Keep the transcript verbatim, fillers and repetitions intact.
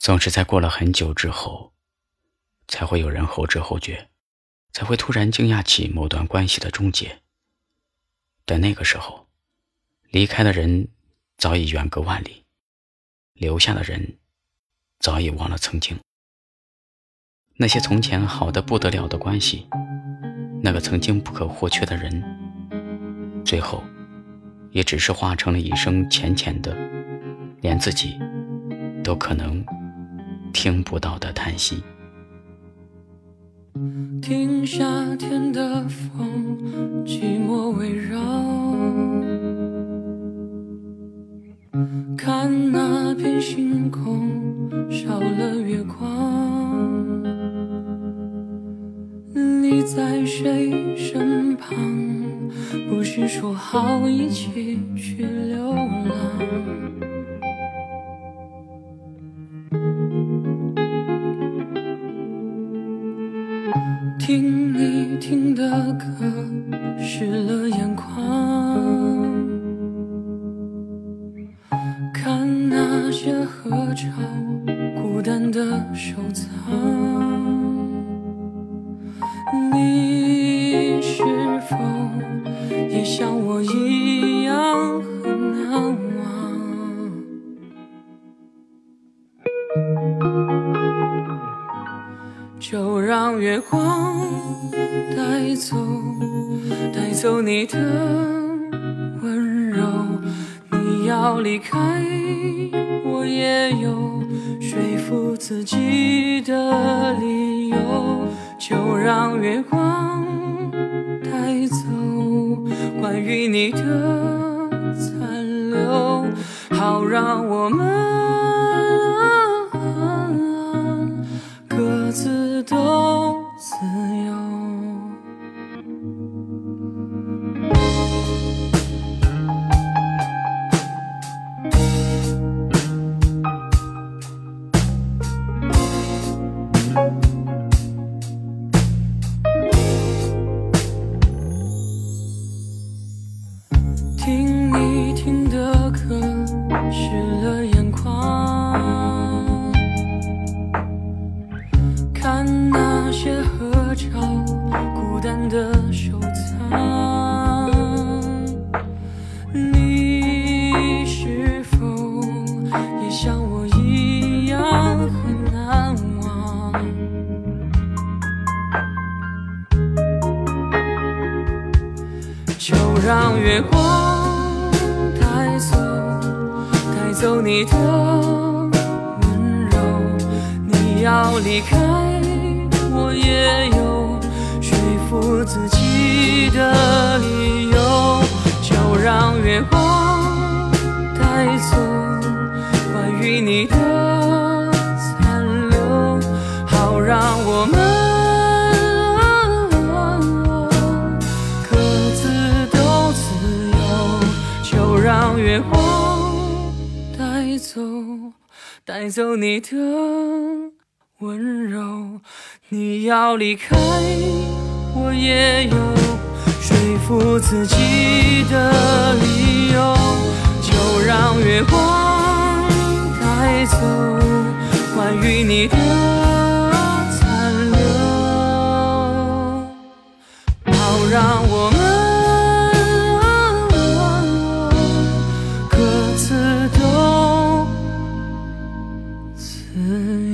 总是在过了很久之后，才会有人后知后觉，才会突然惊讶起某段关系的终结。但那个时候，离开的人早已远隔万里，留下的人早已忘了曾经。那些从前好得不得了的关系，那个曾经不可或缺的人，最后也只是化成了一声浅浅的，连自己都可能听不到的叹息。 听夏天的风，寂寞围绕，看那片星空少了月光，你在谁身旁？不是说好一起去流浪？听你听的歌，湿了眼眶，看那些合照，孤单的收藏。你是否也像我一样很难忘？就让月光带走，带走你的温柔。你要离开，我也有说服自己的理由。就让月光带走关于你的残留，好让我们各自都自由。听你听的歌，湿了眼眶，看那些合照，孤单的收藏。你是否也像我一样很难忘？就让月光带走，带走你的温柔。你要离开，我也有说服自己的理由。就让月光带走关于你的残留，好让我们各自都自由。就让月光带走，带走你的温柔。你要离开，我也有说服自己的理由。就让月光带走关于你的残留，好让我们各自都自由。